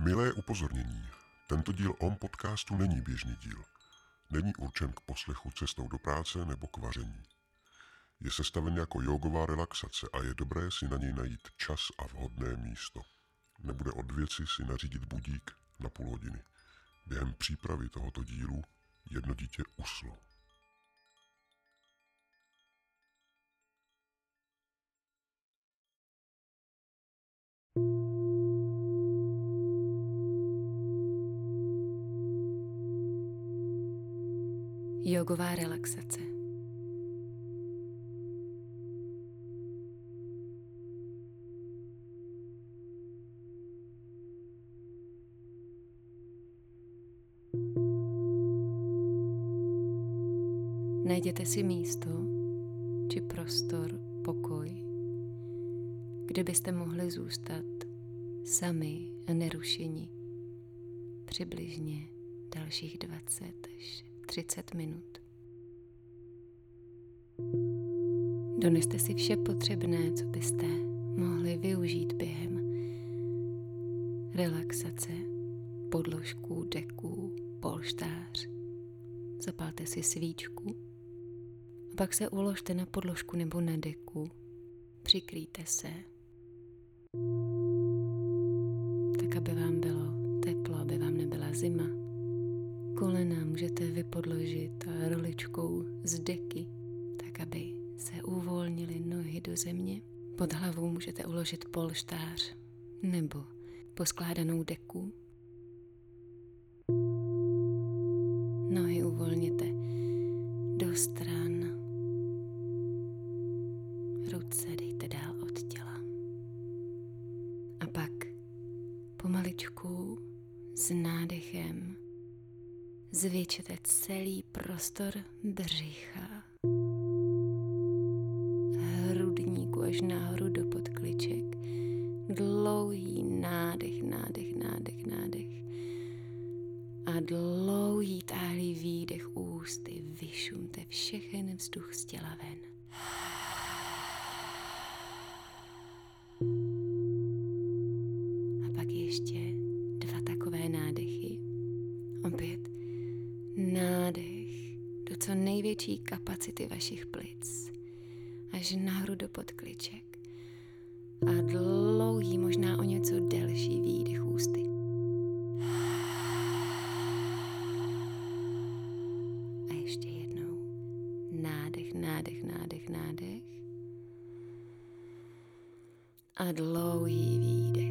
Milé upozornění. Tento díl OM podcastu není běžný díl. Není určen k poslechu cestou do práce nebo k vaření. Je sestaven jako jógová relaxace a je dobré si na něj najít čas a vhodné místo. Nebude od věci si nařídit budík na půl hodiny. Během přípravy tohoto dílu jedno dítě uslo. Jógová relaxace. Najděte si místo či prostor, pokoj, kde byste mohli zůstat sami a nerušeni přibližně dalších 20 až 30 minut. Doneste si vše potřebné, co byste mohli využít během relaxace, podložku, deku, polštář. Zapalte si svíčku a pak se uložte na podložku nebo na deku. Přikryjte se, tak aby vám bylo teplo, aby vám nebyla zima. Kolena můžete vypodložit roličkou z deky, tak aby se uvolnily nohy do země. Pod hlavou můžete uložit polštář nebo poskládanou deku. Nohy uvolněte do stran. Ruce dejte dál od těla. A pak pomaličku s nádechem zvětšete celý prostor břicha, hrudníku až nahoru do podkliček. Dlouhý nádech, nádech, nádech, nádech. A dlouhý táhlý výdech ústy. Vyšumte všechen vzduch z těla ven. A pak ještě 2 takové nádechy. Opět nádech do co největší kapacity vašich plic, až nahoru do podkliček. A dlouhý, možná o něco delší výdech ústy. A ještě jednou nádech, nádech, nádech, nádech. A dlouhý výdech.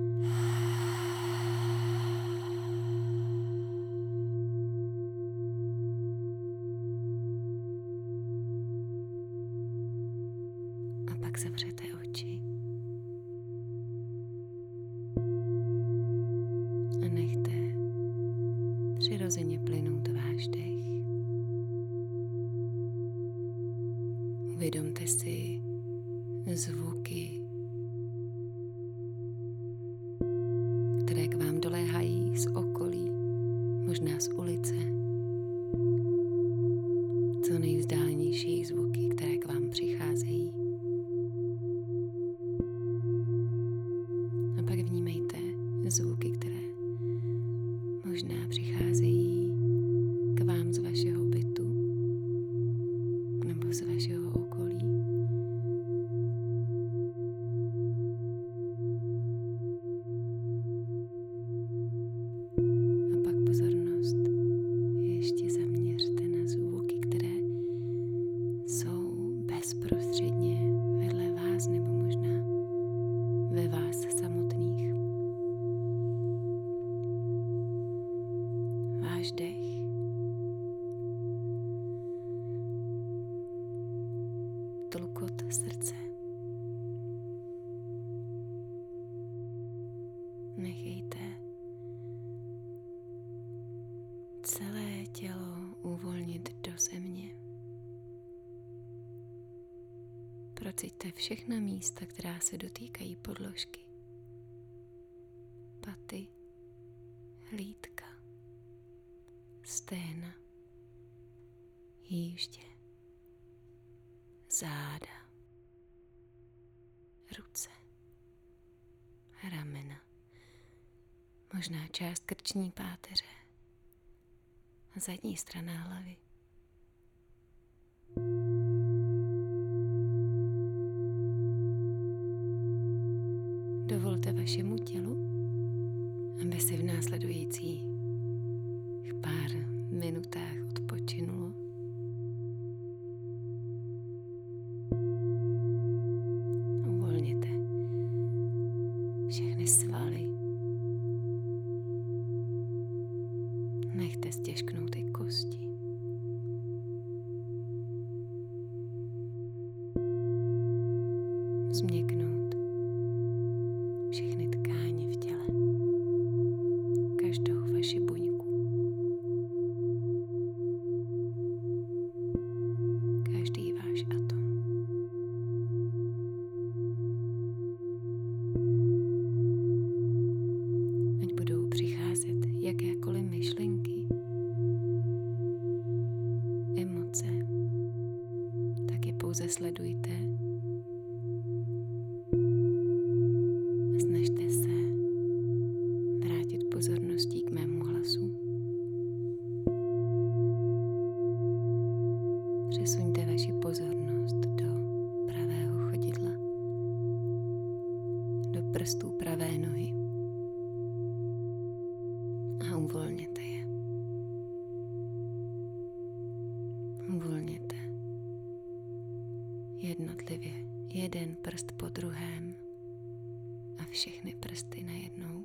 A pak zavřete oči. A nechte přirozeně plynout váš dech. Uvědomte si zvuky, které k vám doléhají z okolí, možná z ulice. Co nejvzdálenější zvuky, které k vám přicházejí. A pak vnímejte zvuky, které možná přicházejí k vám z vašeho bytu nebo z vašeho okolí. A pak pozornost ještě zaměřte na zvuky, které jsou bezprostředně vedle vás nebo možná ve vás samotných. Váš dech. Tlukot srdce. Nechejte celé tělo uvolnit do země. Prociťte všechna místa, která se dotýkají podložky. Paty, hlídka, sténa, jíždě, záda, ruce, ramena, možná část krční páteře a zadní strana hlavy. Dovolte vašemu tělu, aby si v následujících pár minutách odpočinulo. Uvolněte všechny svaly. Nechte stěžknout i kosti. Změknout všechny tkáně v těle. Každou vaši buňku. Každý váš atom. Ať budou přicházet jakékoliv myšlenky, emoce, tak je pouze sledujte a snažte se vrátit pozorností k mému hlasu. Přesuňte vaši pozornost do pravého chodidla, do prstů pravé nohy a uvolněte je. Uvolněte jednotlivě jeden prst po druhém a všechny prsty najednou.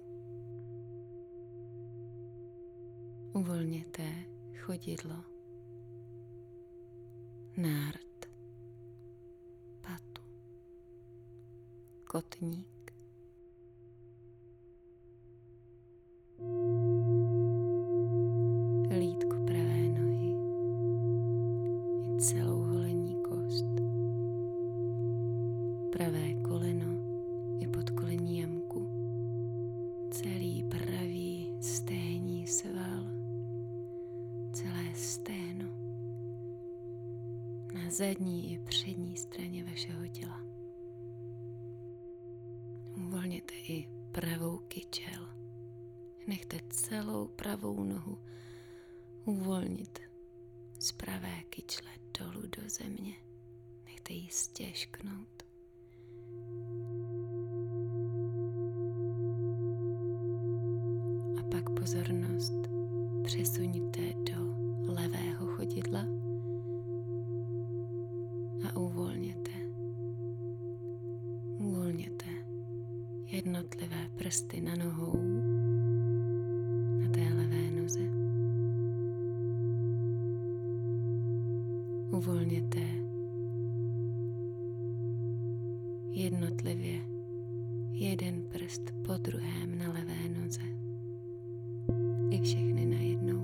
Uvolněte chodidlo, nárt, patu, kotník, lýtko pravé nohy i celou holenní kost, pravé koleno i podkolení jamku, celý pravý sténní sval, celé sténo na zadní i přední straně vašeho těla. Uvolněte i pravou kyčel. Nechte celou pravou nohu uvolnit z pravé kyčle dolů do země. Nechte ji stěžknout. A pak pozornost přesuňte do levého chodidla a uvolněte. Uvolněte jednotlivé prsty na nohou, na té levé noze. Uvolněte jednotlivě jeden prst po druhém na levé noze. I všechny najednou.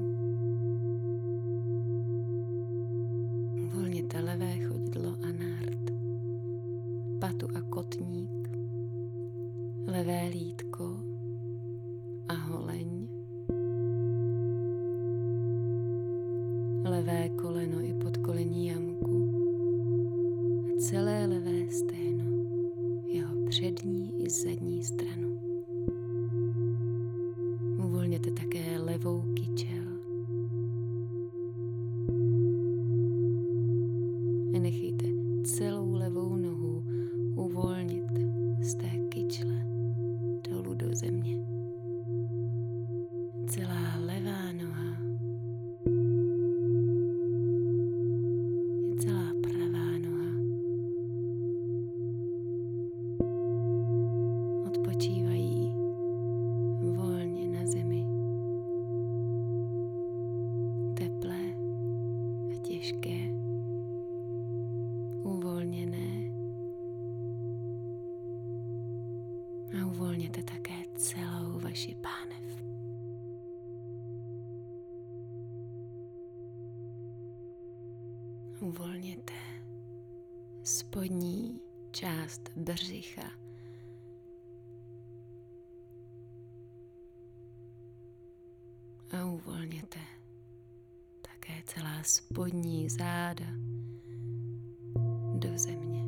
Uvolněte levé chodidlo a nárt, patu a kotník, levé lýtko a holeň, levé koleno i podkolení jamku a celé levé sténo, jeho přední i zadní stranu. Uvolněte také levou kyčel. A nechejte celou levou nohu uvolnit z té kyčle dolů do země. Celá levá noha i celá pravá noha odpočívají volně na zemi. Teplé a těžké, uvolněné. A uvolněte také celou vaši pánev. Uvolněte spodní část břicha. A uvolněte také celá spodní záda do země.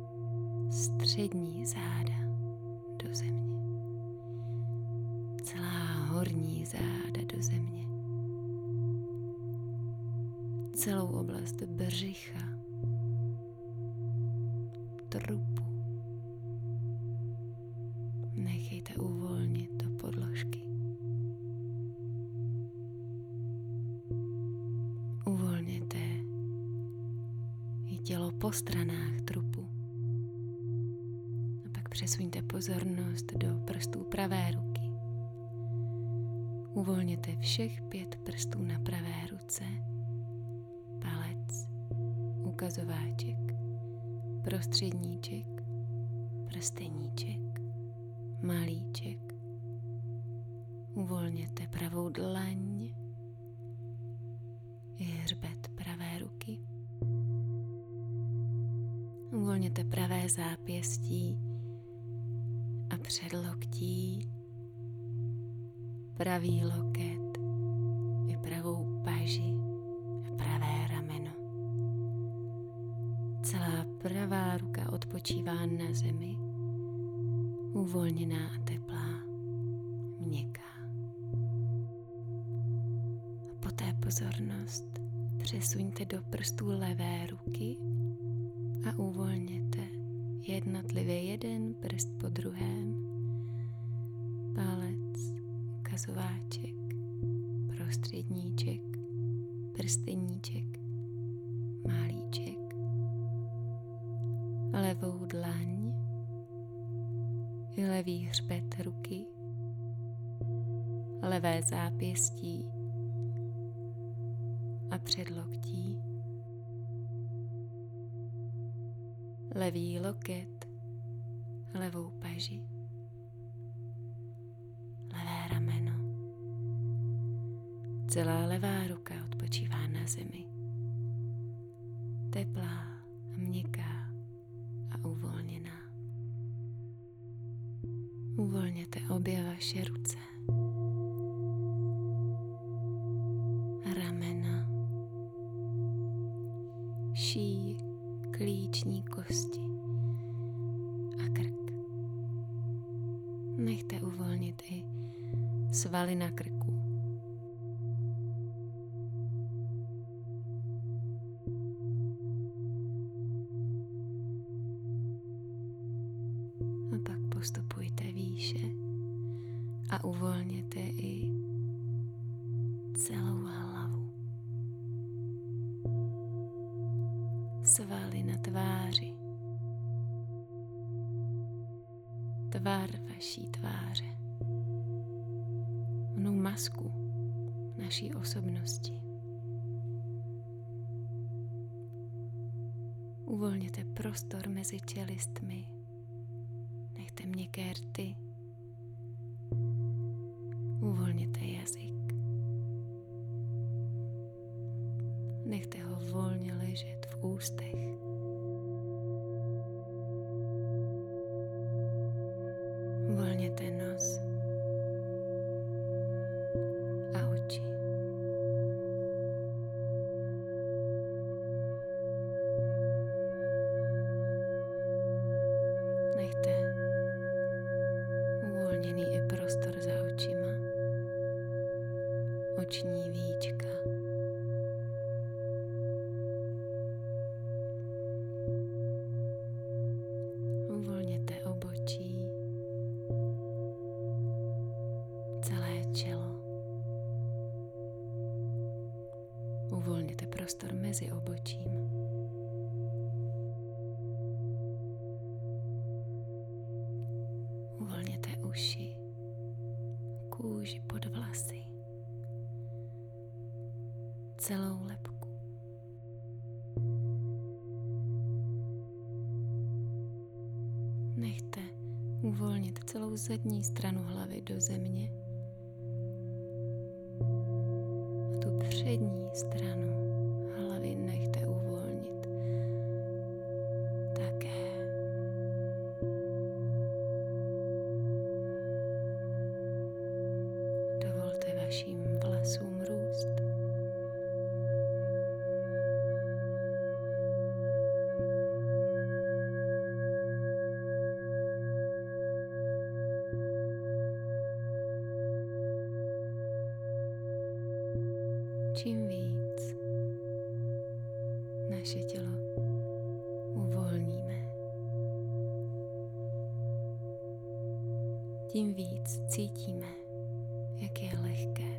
Střední záda do země. Celá země. Celou oblast břicha, trupu. Nechejte uvolnit do podložky. Uvolněte i tělo po stranách trupu. A pak přesuňte pozornost do prstů pravé ruky. Uvolněte všech 5 prstů na pravé ruce. Palec, ukazováček, prostředníček, prsteníček, malíček. Uvolněte pravou dlaň i hřbet pravé ruky. Uvolněte pravé zápěstí a předloktí, pravý loket i pravou paži a pravé rameno. Celá pravá ruka odpočívá na zemi, uvolněná a teplá, měkká. A poté pozornost přesuňte do prstů levé ruky a uvolněte jednotlivě jeden prst po druhém. Palec, ukazováček, prostředníček, prsteníček, malíček, levou dlaň i levý hřbet ruky, levé zápěstí a předloktí, levý loket, levou paži, levé rameno. Celá levá ruka odpočívá na zemi, teplá a měkká a uvolněná. Uvolněte obě vaše ruce, ramena, šíj, klíční kosti a krk. Nechte uvolnit i svaly na krku. A pak postupujte výše a uvolněte i celou hlavu. Svaly na tváři. Tvar vaší tváře. Onu masku naší osobnosti. Uvolněte prostor mezi tělistmi. Nechte měkké rty. Uvolněte jazyk. Nechte ho volně ležet v ústech. Uvolněte nos a oči. Nechte uvolněný i prostor za očima, oční víčka. Uvolněte obočí, celé čelo. Uvolněte prostor mezi obočím. Uvolněte uši, kůži pod vlasy, celou lebku. Nechte uvolnit celou zadní stranu hlavy do země a tu přední stranu hlavy nechte uvolnit také. Dovolte vašim vlasům růst. čím víc naše tělo uvolníme, tím víc cítíme, jak je lehké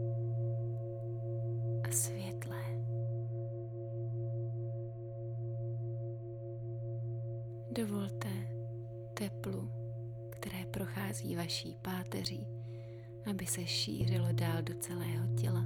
a světlé. Dovolte teplu, které prochází vaší páteří, aby se šířilo dál do celého těla.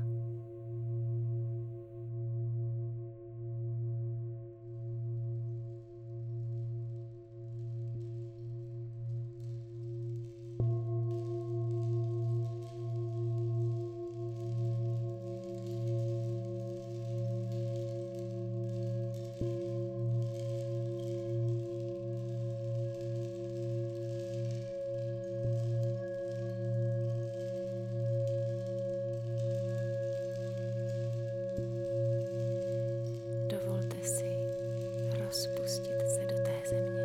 Dovolte si rozpustit se do té země.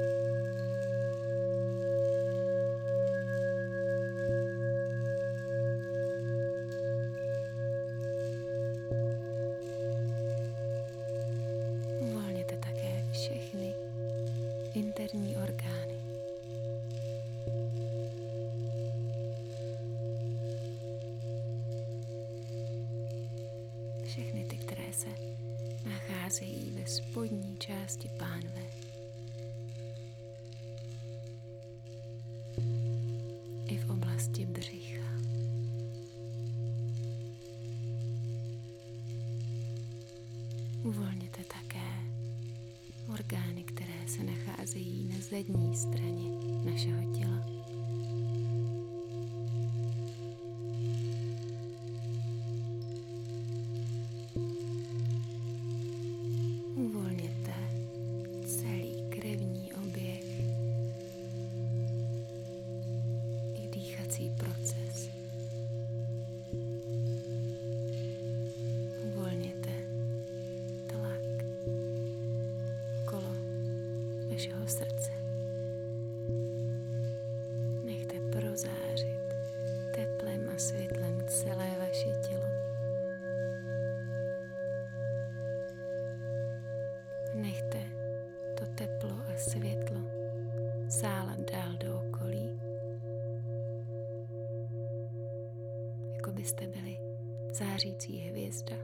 Uvolněte také všechny interní orgány. Všechny ty, které se nacházejí ve spodní části pánve. I v oblasti břicha. Uvolněte také orgány, které se nacházejí na zadní straně našeho těla. Uvolněte celý krevní oběh i dýchací proces. Uvolněte tlak okolo vašeho srdce. Nechte prozářit teplem a světlem celé vaše tělo. Nechte to teplo a světlo sálat dál do okolí, jako byste byli zářící hvězda.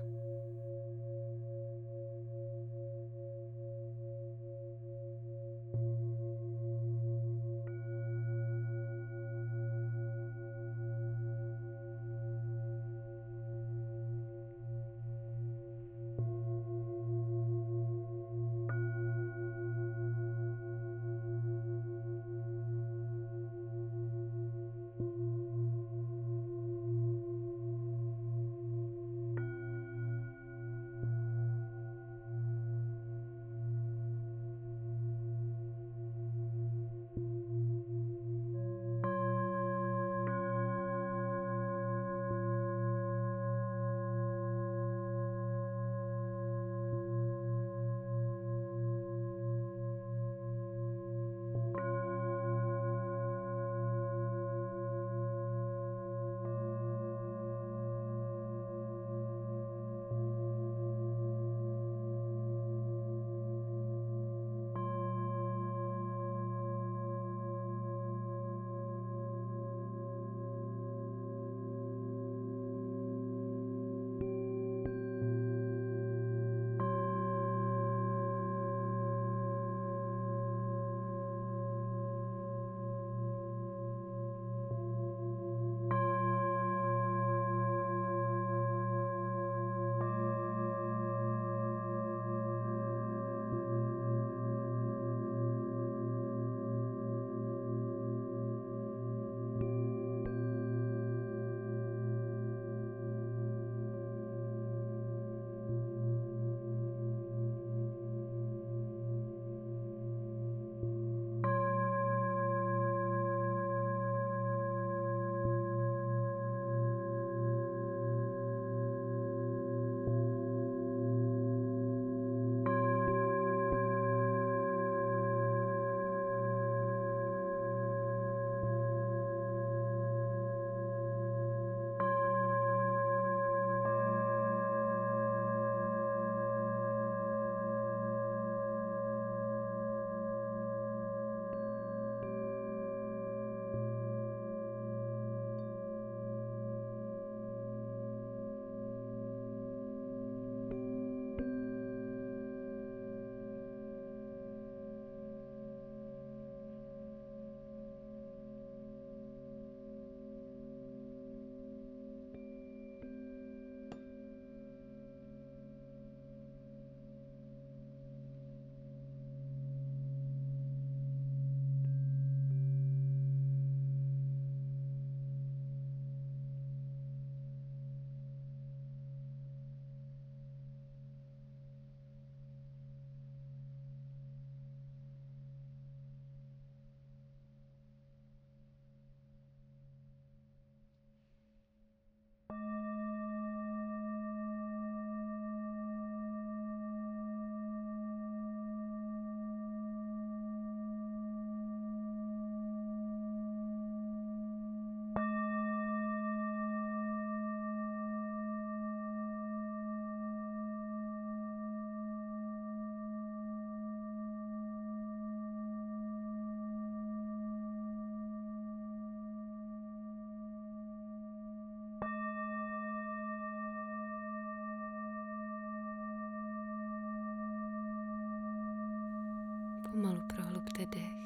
Pomalu prohlubte dech.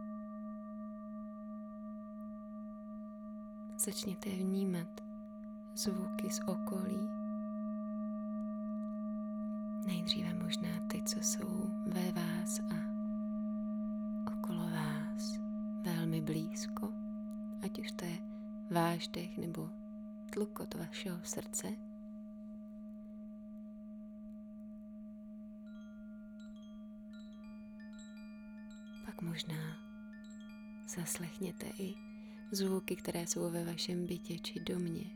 Začněte vnímat zvuky z okolí. Nejdříve možná ty, co jsou ve vás a okolo vás velmi blízko, ať už to je váš dech nebo tlukot vašeho srdce. Pak možná zaslechněte i zvuky, které jsou ve vašem bytě či domě.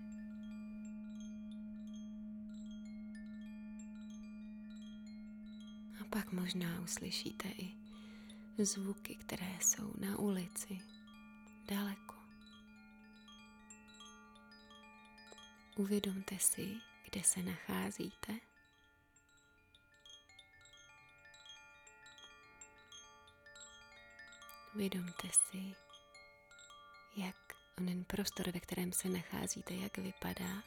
A pak možná uslyšíte i zvuky, které jsou na ulici, daleko. Uvědomte si, kde se nacházíte. Uvědomte si, jak onen prostor, ve kterém se nacházíte, jak vypadá.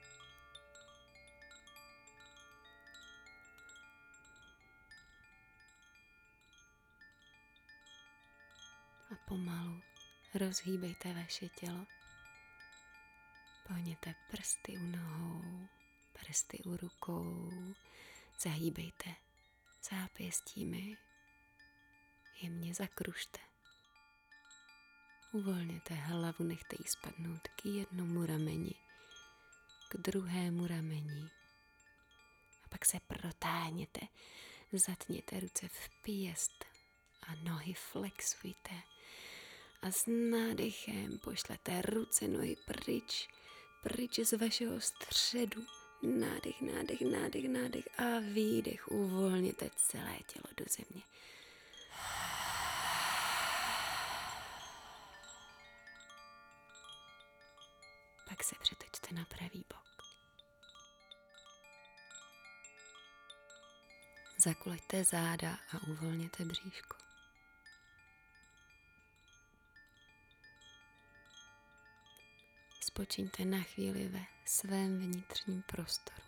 A pomalu rozhýbejte vaše tělo. Pohněte prsty u nohou, prsty u rukou, zahýbejte zápěstími, jemně zakrušte. Uvolněte hlavu, nechte ji spadnout k jednomu rameni, k druhému rameni. A pak se protáhněte, zatněte ruce v pěst a nohy flexujte. A s nádechem pošlete ruce, nohy pryč z vašeho středu. Nádech, nádech, nádech, nádech a výdech. Uvolněte celé tělo do země. Pak se přetočte na pravý bok. Zakuleďte záda a uvolněte bříško. Spočiňte na chvíli ve svém vnitřním prostoru.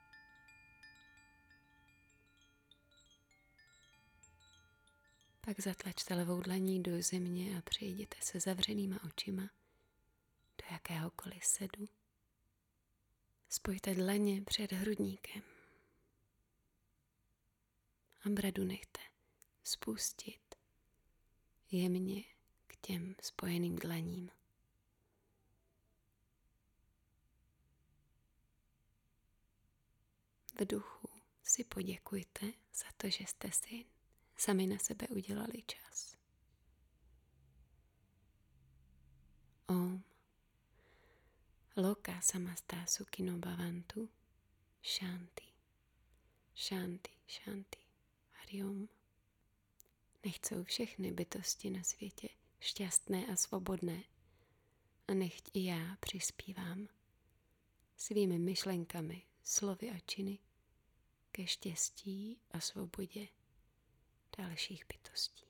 Pak zatlačte levou dlaní do země a přejděte se zavřenýma očima do jakéhokoliv sedu. Spojte dlaně před hrudníkem a bradu nechte spustit jemně k těm spojeným dlaním. V duchu si poděkujte za to, že jste si sami na sebe udělali čas. Om. Loka samastá sukino bhavantu. Shanti. Shanti, shanti. Hari Om. Nechť jsou všechny bytosti na světě šťastné a svobodné. A nechť i já přispívám svými myšlenkami, slovy a činy ke štěstí a svobodě dalších bytostí.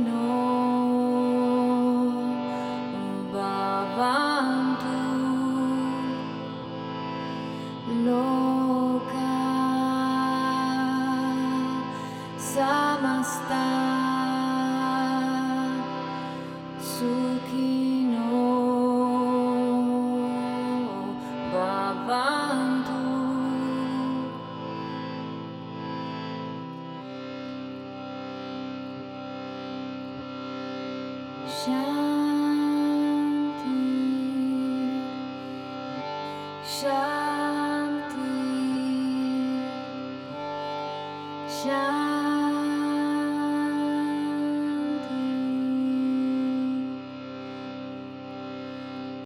Bhavantu loka samasta sukino bhavantu. Shanti, Shanti, Shanti.